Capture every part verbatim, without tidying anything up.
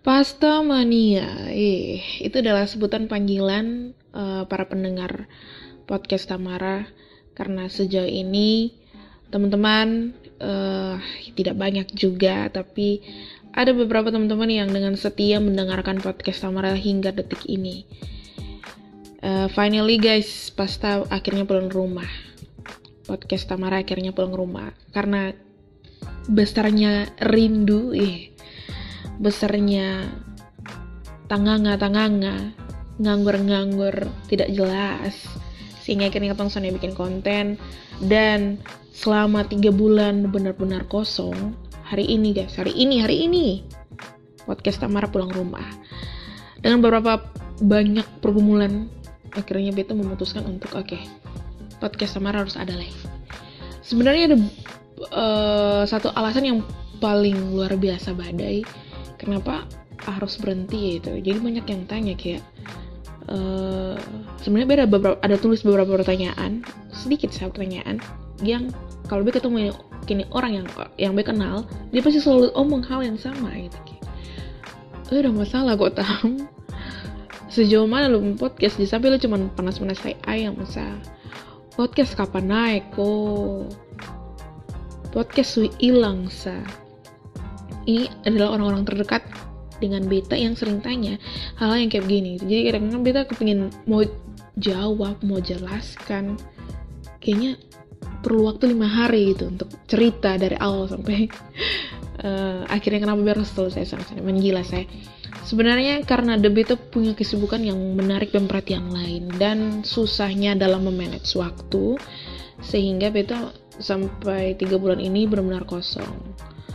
Pasta Mania, eh, itu adalah sebutan panggilan uh, para pendengar podcast Tamara, karena sejauh ini teman-teman uh, tidak banyak juga, tapi ada beberapa teman-teman yang dengan setia mendengarkan podcast Tamara hingga detik ini. Uh, finally guys, Pasta akhirnya pulang rumah. Podcast Tamara akhirnya pulang rumah karena besarnya rindu, eh. besarnya tanganga-tanganga, nganggur-nganggur, tidak jelas, sehingga akhirnya Tong Sonia bikin konten. Dan selama tiga bulan benar-benar kosong, hari ini guys, hari ini, hari ini podcast Tamara pulang rumah. Dengan beberapa banyak pergumulan, akhirnya Beta memutuskan untuk oke, okay, podcast Tamara harus ada lagi. Sebenarnya ada uh, satu alasan yang paling luar biasa badai kenapa harus berhenti gitu. Jadi banyak yang tanya kayak uh, sebenarnya ada beberapa, ada tulis beberapa pertanyaan, sedikit saya pertanyaan yang kalau Be ketemu kini orang yang yang Be kenal, dia pasti selalu omong hal yang sama gitu. Eh udah masalah kok Tam. Sejauh mana lu podcast, sampai lu cuman panas-panas kayak ayam masa. Podcast kapan naik kok? Podcast sudah hilang sa. Ini adalah orang-orang terdekat dengan Beta yang sering tanya hal-hal yang kayak begini. Jadi kadang-kadang Beta kepingin mau jawab, mau jelaskan, kayaknya perlu waktu lima hari gitu untuk cerita dari awal sampai uh, akhirnya kenapa biar selesai sampai menggila saya. Sebenarnya karena The Beta punya kesibukan yang menarik dan perhatian lain, dan susahnya dalam memanage waktu, sehingga Beta sampai tiga bulan ini benar-benar kosong.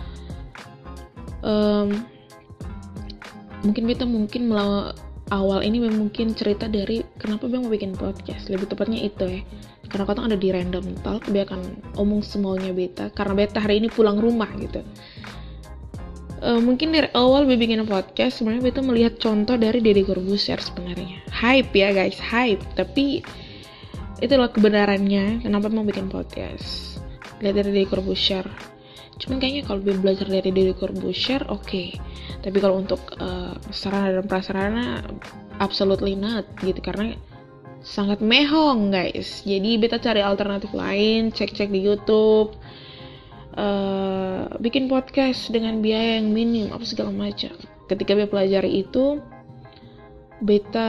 Um, mungkin Beta mungkin melaw- awal ini mungkin cerita dari kenapa Beta mau bikin podcast, lebih tepatnya itu ya, karena Kotong ada di Random Talk, Beta akan omong semuanya Beta, karena Beta hari ini pulang rumah gitu. Uh, mungkin dari awal Beta bikin podcast, sebenarnya Beta melihat contoh dari Deddy Corbuzier sebenarnya, hype ya guys, hype, tapi itulah kebenarannya kenapa mau bikin podcast. Lihat dari Deddy Corbuzier. Cuman kayaknya kalau Be belajar dari Deddy Corbuzier oke, okay. Tapi kalau untuk uh, sarana dan prasarana absolutely not gitu, karena sangat mehong guys. Jadi Beta cari alternatif lain, cek-cek di YouTube, uh, bikin podcast dengan biaya yang minim apa segala macam. Ketika Beta pelajari itu, Beta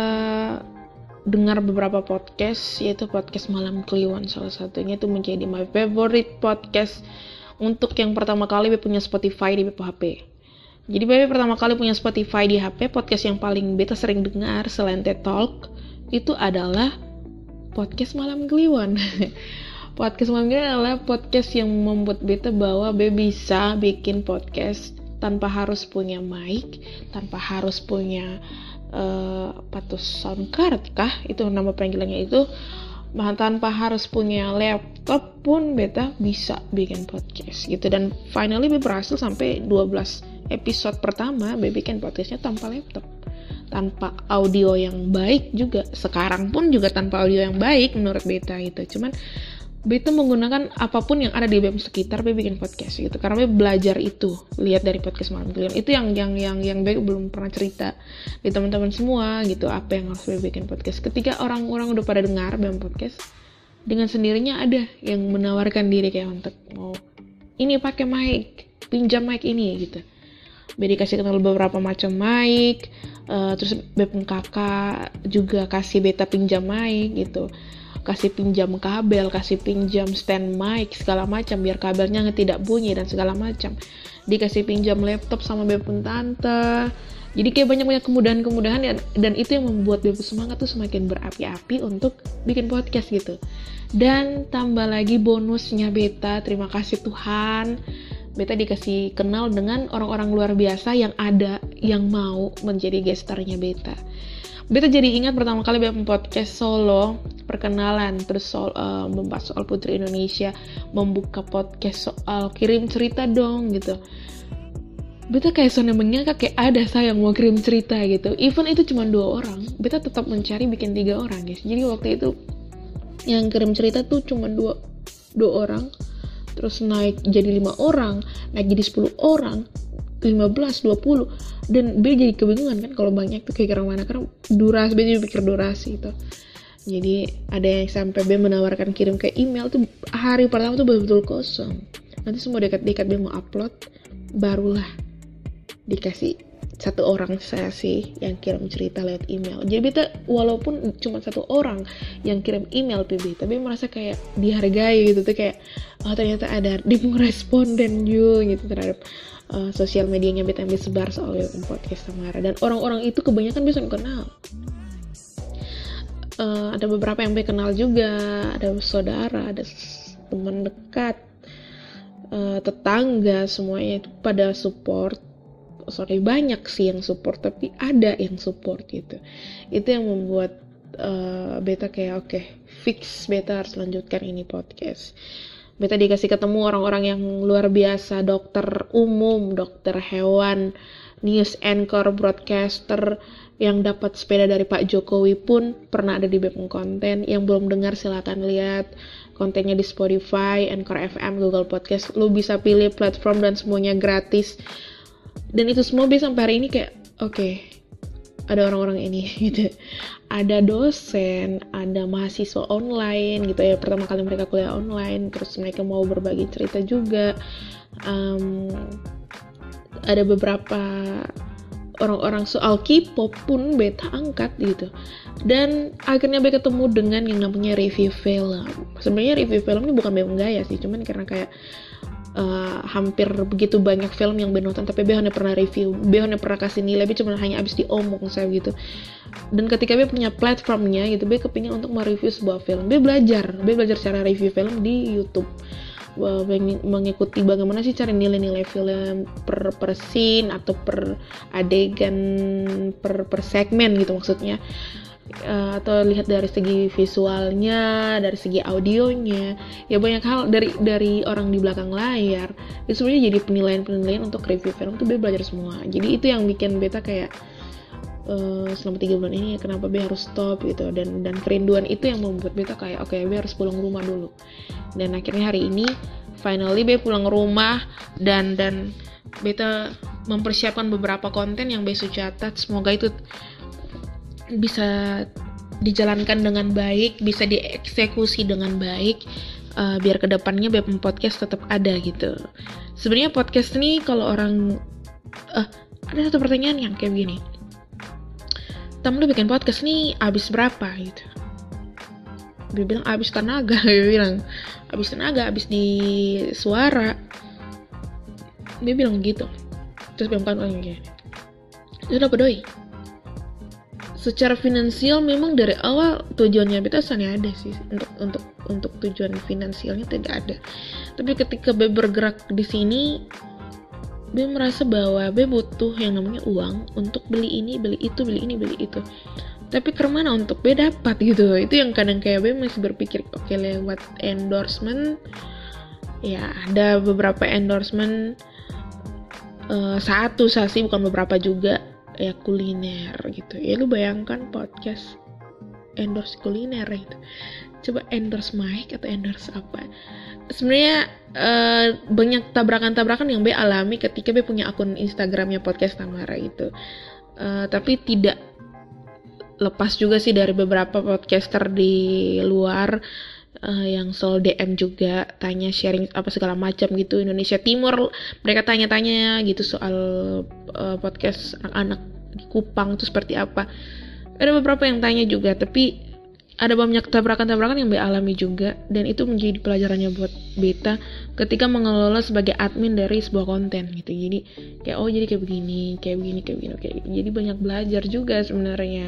dengar beberapa podcast, yaitu podcast Malam Kliwon salah satunya, itu menjadi my favorite podcast. Untuk yang pertama kali Be punya Spotify di Be H P. Jadi Be pertama kali punya Spotify di H P, podcast yang paling Beta sering dengar selain TED Talk itu adalah podcast Malam Kliwon. Podcast Malam Kliwon adalah podcast yang membuat Beta bahwa Be bisa bikin podcast tanpa harus punya mic, tanpa harus punya uh, patus sound card kah? Itu nama panggilannya itu. Bahkan tanpa harus punya laptop pun Beta bisa bikin podcast gitu. Dan finally Be berhasil sampai dua belas episode pertama Be bikin podcastnya tanpa laptop, tanpa audio yang baik juga. Sekarang pun juga tanpa audio yang baik menurut Beta gitu. Cuman Beta menggunakan apapun yang ada di web sekitar Be bikin podcast gitu. Karena Be belajar itu, lihat dari podcast Malam Kliwon. Itu yang yang yang yang Be belum pernah cerita di teman-teman semua gitu, apa yang harus Be bikin podcast. Ketika orang-orang udah pada dengar Be podcast, dengan sendirinya ada yang menawarkan diri kayak untuk mau ini pakai mic, pinjam mic ini gitu. Be dikasih kenal beberapa macam mic, uh, terus Be pun kakak juga kasih Beta pinjam mic gitu. Kasih pinjam kabel, kasih pinjam stand mic segala macam biar kabelnya tidak bunyi dan segala macam. Dikasih pinjam laptop sama Be pun tante. Jadi kayak banyak-banyak kemudahan-kemudahan dan, dan itu yang membuat Be semangat tuh semakin berapi-api untuk bikin podcast gitu. Dan tambah lagi bonusnya Beta, terima kasih Tuhan, Beta dikasih kenal dengan orang-orang luar biasa yang ada yang mau menjadi gestarnya Beta. Beta jadi ingat pertama kali Beta podcast solo, perkenalan, terus soal, uh, membahas soal Putri Indonesia, membuka podcast soal kirim cerita dong gitu. Beta kayak soalnya menyangka kayak ada saya yang mau kirim cerita gitu. Even itu cuma dua orang, Beta tetap mencari bikin tiga orang guys. Jadi waktu itu yang kirim cerita tuh cuma dua, dua orang, terus naik jadi lima orang, naik jadi sepuluh orang. lima belas, dua puluh, dan B jadi kebingungan kan kalau banyak tuh kayak kira mana, karena durasi, B jadi pikir durasi itu. Jadi ada yang sampai B menawarkan kirim ke email tuh hari pertama tuh betul-betul kosong. Nanti semua dekat-dekat B mau upload, barulah dikasih satu orang saya sih yang kirim cerita lewat email. Jadi beta walaupun cuma satu orang yang kirim email ke beta, tapi merasa kayak dihargai gitu tuh, kayak oh ternyata ada dia responden juga gitu terhadap uh, sosial medianya beta yang disebar soal podcast Tamara. Dan orang-orang itu kebanyakan bisa kenal. Uh, ada beberapa yang beta kenal juga, ada saudara, ada teman dekat, uh, tetangga, semuanya itu pada support. Sorry, banyak sih yang support, tapi ada yang support gitu. Itu yang membuat uh, beta kayak oke, okay, fix beta harus lanjutkan ini podcast. Beta dikasih ketemu orang-orang yang luar biasa, dokter umum, dokter hewan, news anchor, broadcaster, yang dapat sepeda dari Pak Jokowi pun pernah ada di Bepom Konten. Yang belum dengar silakan lihat kontennya di Spotify, Anchor F M, Google Podcast. Lu bisa pilih platform dan semuanya gratis. Dan itu semua bisa sampai hari ini kayak oke, okay, ada orang-orang ini gitu. Ada dosen, ada mahasiswa online gitu ya, pertama kali mereka kuliah online, terus mereka mau berbagi cerita juga. Um, ada beberapa orang-orang soal K-pop pun beta angkat gitu. Dan akhirnya beta ketemu dengan yang namanya review film. Sebenarnya review film ini bukan memang gaya sih, cuman karena kayak Uh, hampir begitu banyak film yang Ben nonton tapi Ben hanya pernah review, Ben hanya pernah kasih nilai, Ben cuma hanya abis diomong saya gitu. Dan ketika Ben punya platformnya gitu, Ben kepingin untuk mereview sebuah film, Ben belajar, Ben belajar cara review film di YouTube, uh, Ben mengikuti bagaimana sih cara nilai-nilai film per, per scene atau per adegan, per, per segmen gitu maksudnya. Uh, atau lihat dari segi visualnya, dari segi audionya, ya banyak hal dari dari orang di belakang layar. Itu sebenarnya jadi penilaian-penilaian untuk review film tuh beta belajar semua. Jadi itu yang bikin beta kayak uh, selama tiga bulan ini kenapa beta harus stop gitu, dan dan kerinduan itu yang membuat beta kayak oke okay, beta harus pulang rumah dulu. Dan akhirnya hari ini finally beta pulang rumah dan dan beta mempersiapkan beberapa konten yang beta catat. Semoga itu bisa dijalankan dengan baik, bisa dieksekusi dengan baik, uh, biar kedepannya Bepom Podcast tetap ada gitu. Sebenarnya podcast ini kalau orang uh, ada satu pertanyaan yang kayak begini, Tam lu bikin podcast nih abis berapa gitu? Dia bilang abis tenaga, dia bilang abis tenaga, abis di suara, dia bilang gitu. Terus Bepom kan orang gini, itu udah pedoi. Secara finansial memang dari awal tujuannya beta sana ada sih, untuk untuk untuk tujuan finansialnya tidak ada. Tapi ketika be bergerak di sini, be merasa bahwa be butuh yang namanya uang untuk beli ini, beli itu, beli ini, beli itu. Tapi kemana untuk be dapat gitu? Itu yang kadang kayak be masih berpikir oke okay, lewat endorsement. Ya ada beberapa endorsement, uh, satu sih bukan beberapa juga. Ya kuliner gitu ya, lu bayangkan podcast endorse kuliner gitu, coba endorse mic atau endorse apa. Sebenarnya uh, banyak tabrakan-tabrakan yang be alami ketika be punya akun Instagramnya podcast Tamara itu, uh, tapi tidak lepas juga sih dari beberapa podcaster di luar uh, yang selalu D M juga, tanya sharing apa segala macam gitu. Indonesia Timur mereka tanya-tanya gitu soal uh, podcast anak-anak di Kupang itu seperti apa. Ada beberapa yang tanya juga, tapi ada banyak tabrakan-tabrakan yang be alami juga, dan itu menjadi pelajarannya buat beta ketika mengelola sebagai admin dari sebuah konten gitu. Jadi kayak oh jadi kayak begini, kayak begini, kayak begini, kayak begini. Jadi banyak belajar juga sebenarnya.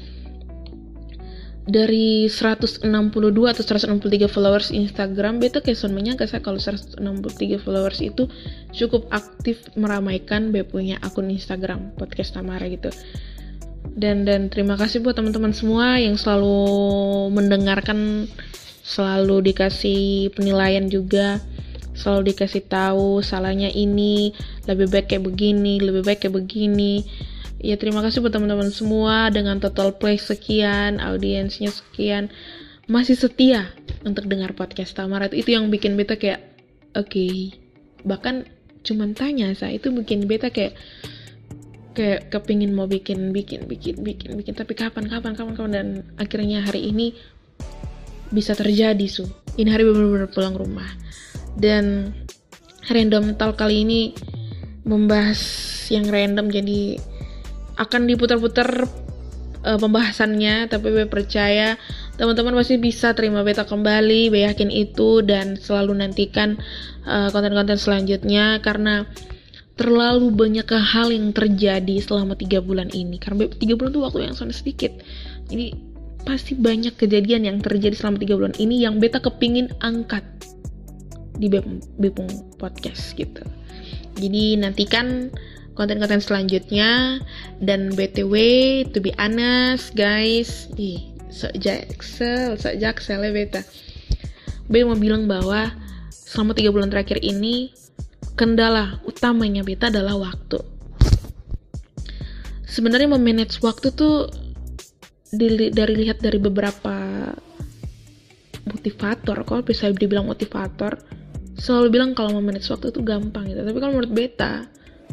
Dari seratus enam puluh dua atau seratus enam puluh tiga followers Instagram, beta kayak son menyangka saya kalau seratus enam puluh tiga followers itu cukup aktif meramaikan be punya akun Instagram podcast Tamara gitu. Dan dan terima kasih buat teman-teman semua yang selalu mendengarkan, selalu dikasih penilaian juga, selalu dikasih tahu salahnya ini, lebih baik kayak begini, lebih baik kayak begini. Ya terima kasih buat teman-teman semua, dengan total play sekian, audiensnya sekian, masih setia untuk dengar podcast Tamara. Itu yang bikin beta kayak oke, okay. Bahkan cuman tanya saya, itu bikin beta kayak kayak kepingin mau bikin bikin bikin bikin bikin tapi kapan kapan kapan kapan dan akhirnya hari ini bisa terjadi. Su ini hari benar-benar pulang rumah, dan random talk kali ini membahas yang random, jadi akan diputar-putar uh, pembahasannya, tapi beta percaya teman-teman pasti bisa terima beta kembali, beta yakin itu, dan selalu nantikan uh, konten-konten selanjutnya karena terlalu banyak hal yang terjadi selama tiga bulan ini. Karena tiga bulan itu waktu yang sangat sedikit, jadi pasti banyak kejadian yang terjadi selama tiga bulan ini yang beta kepingin angkat di Bepung Podcast gitu. Jadi nantikan konten-konten selanjutnya. Dan B T W, to be honest guys, ih, sok jaksel, sok jaksel ya beta. Beta mau bilang bahwa selama tiga bulan terakhir ini kendala utamanya beta adalah waktu. Sebenarnya memanage waktu tuh di, dari lihat dari beberapa motivator, kalau bisa dibilang motivator, selalu bilang kalau memanage waktu itu gampang gitu. Tapi kalau menurut beta,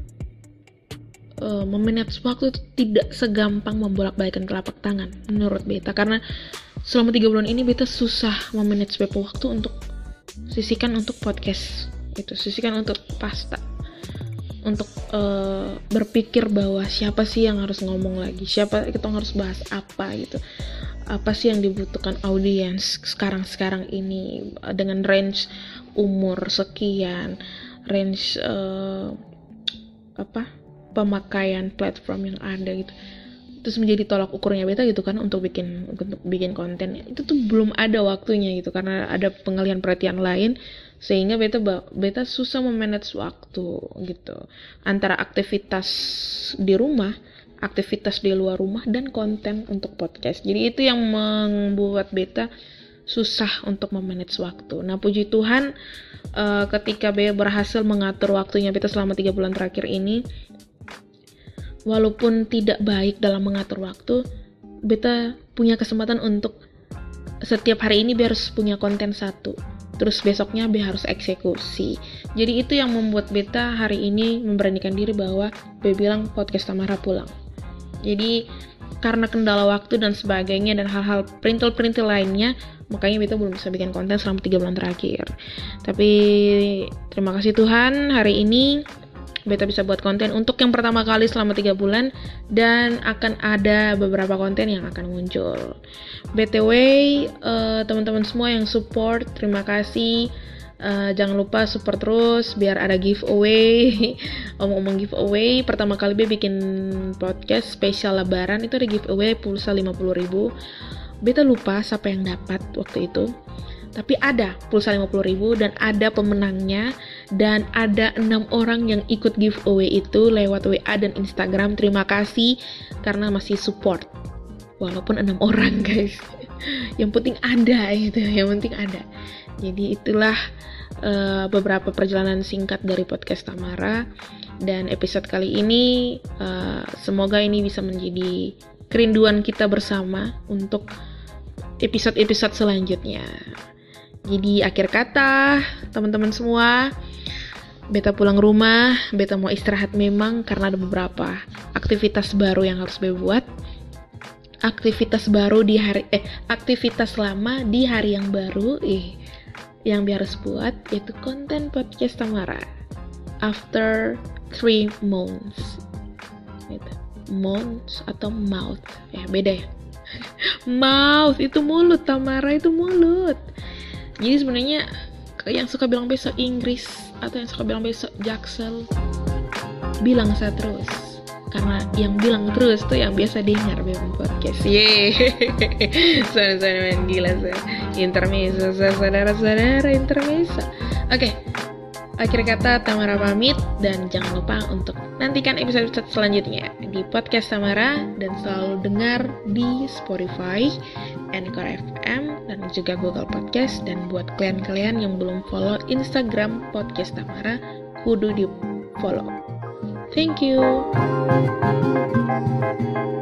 uh, memanage waktu itu tidak segampang membolak-balikan telapak tangan menurut beta. Karena selama tiga bulan ini beta susah memanage beberapa waktu untuk sisihkan untuk podcast itu, sisihkan untuk pasta, untuk uh, berpikir bahwa siapa sih yang harus ngomong lagi, siapa kita harus bahas apa gitu, apa sih yang dibutuhkan audiens sekarang-sekarang ini dengan range umur sekian, range uh, apa pemakaian platform yang ada gitu. Terus menjadi tolak ukurnya beta gitu kan untuk bikin untuk bikin konten itu tuh belum ada waktunya gitu karena ada pengalihan perhatian lain, sehingga beta beta susah memanage waktu gitu antara aktivitas di rumah, aktivitas di luar rumah, dan konten untuk podcast. Jadi itu yang membuat beta susah untuk memanage waktu. Nah puji Tuhan uh, ketika beta berhasil mengatur waktunya beta selama tiga bulan terakhir ini, walaupun tidak baik dalam mengatur waktu, beta punya kesempatan untuk setiap hari ini beta harus punya konten satu, terus besoknya beta harus eksekusi. Jadi itu yang membuat beta hari ini memberanikan diri bahwa beta bilang podcast Tamara pulang. Jadi karena kendala waktu dan sebagainya dan hal-hal perintil-perintil lainnya, makanya beta belum bisa bikin konten selama tiga bulan terakhir. Tapi terima kasih Tuhan, hari ini beta bisa buat konten untuk yang pertama kali selama tiga bulan, dan akan ada beberapa konten yang akan muncul. B T W, uh, teman-teman semua yang support, terima kasih. Uh, jangan lupa support terus biar ada giveaway. Omong-omong giveaway, pertama kali beta bikin podcast spesial lebaran itu ada giveaway pulsa lima puluh ribu. Beta lupa siapa yang dapat waktu itu, tapi ada pulsa lima puluh ribu dan ada pemenangnya, dan ada enam orang yang ikut giveaway itu lewat W A dan Instagram. Terima kasih karena masih support walaupun enam orang guys. Yang penting ada gitu, yang penting ada. Jadi itulah uh, beberapa perjalanan singkat dari podcast Tamara, dan episode kali ini uh, semoga ini bisa menjadi kerinduan kita bersama untuk episode-episode selanjutnya. Jadi akhir kata teman-teman semua, beta pulang rumah, beta mau istirahat memang karena ada beberapa aktivitas baru yang harus beta buat. Aktivitas baru di hari eh aktivitas lama di hari yang baru eh yang biar harus buat, yaitu konten podcast Tamara after three months. Gitu. Months atau mouth ya beda ya. Mouth itu mulut, Tamara itu mulut. Jadi sebenarnya yang suka bilang besok Inggris atau yang suka bilang besok Jaksel, bilang saya terus, karena yang bilang terus tuh yang biasa dengar Bepung Podcast. Yeay, suara-suara main gila saya. Intermezzo, saudara-saudara intermezzo. Oke, okay. Akhir kata Tamara pamit, dan jangan lupa untuk nantikan episode-episode selanjutnya di podcast Tamara, dan selalu dengar di Spotify, Anchor F M, dan juga Google Podcast. Dan buat kalian-kalian yang belum follow Instagram podcast Tamara, kudu di follow. Thank you.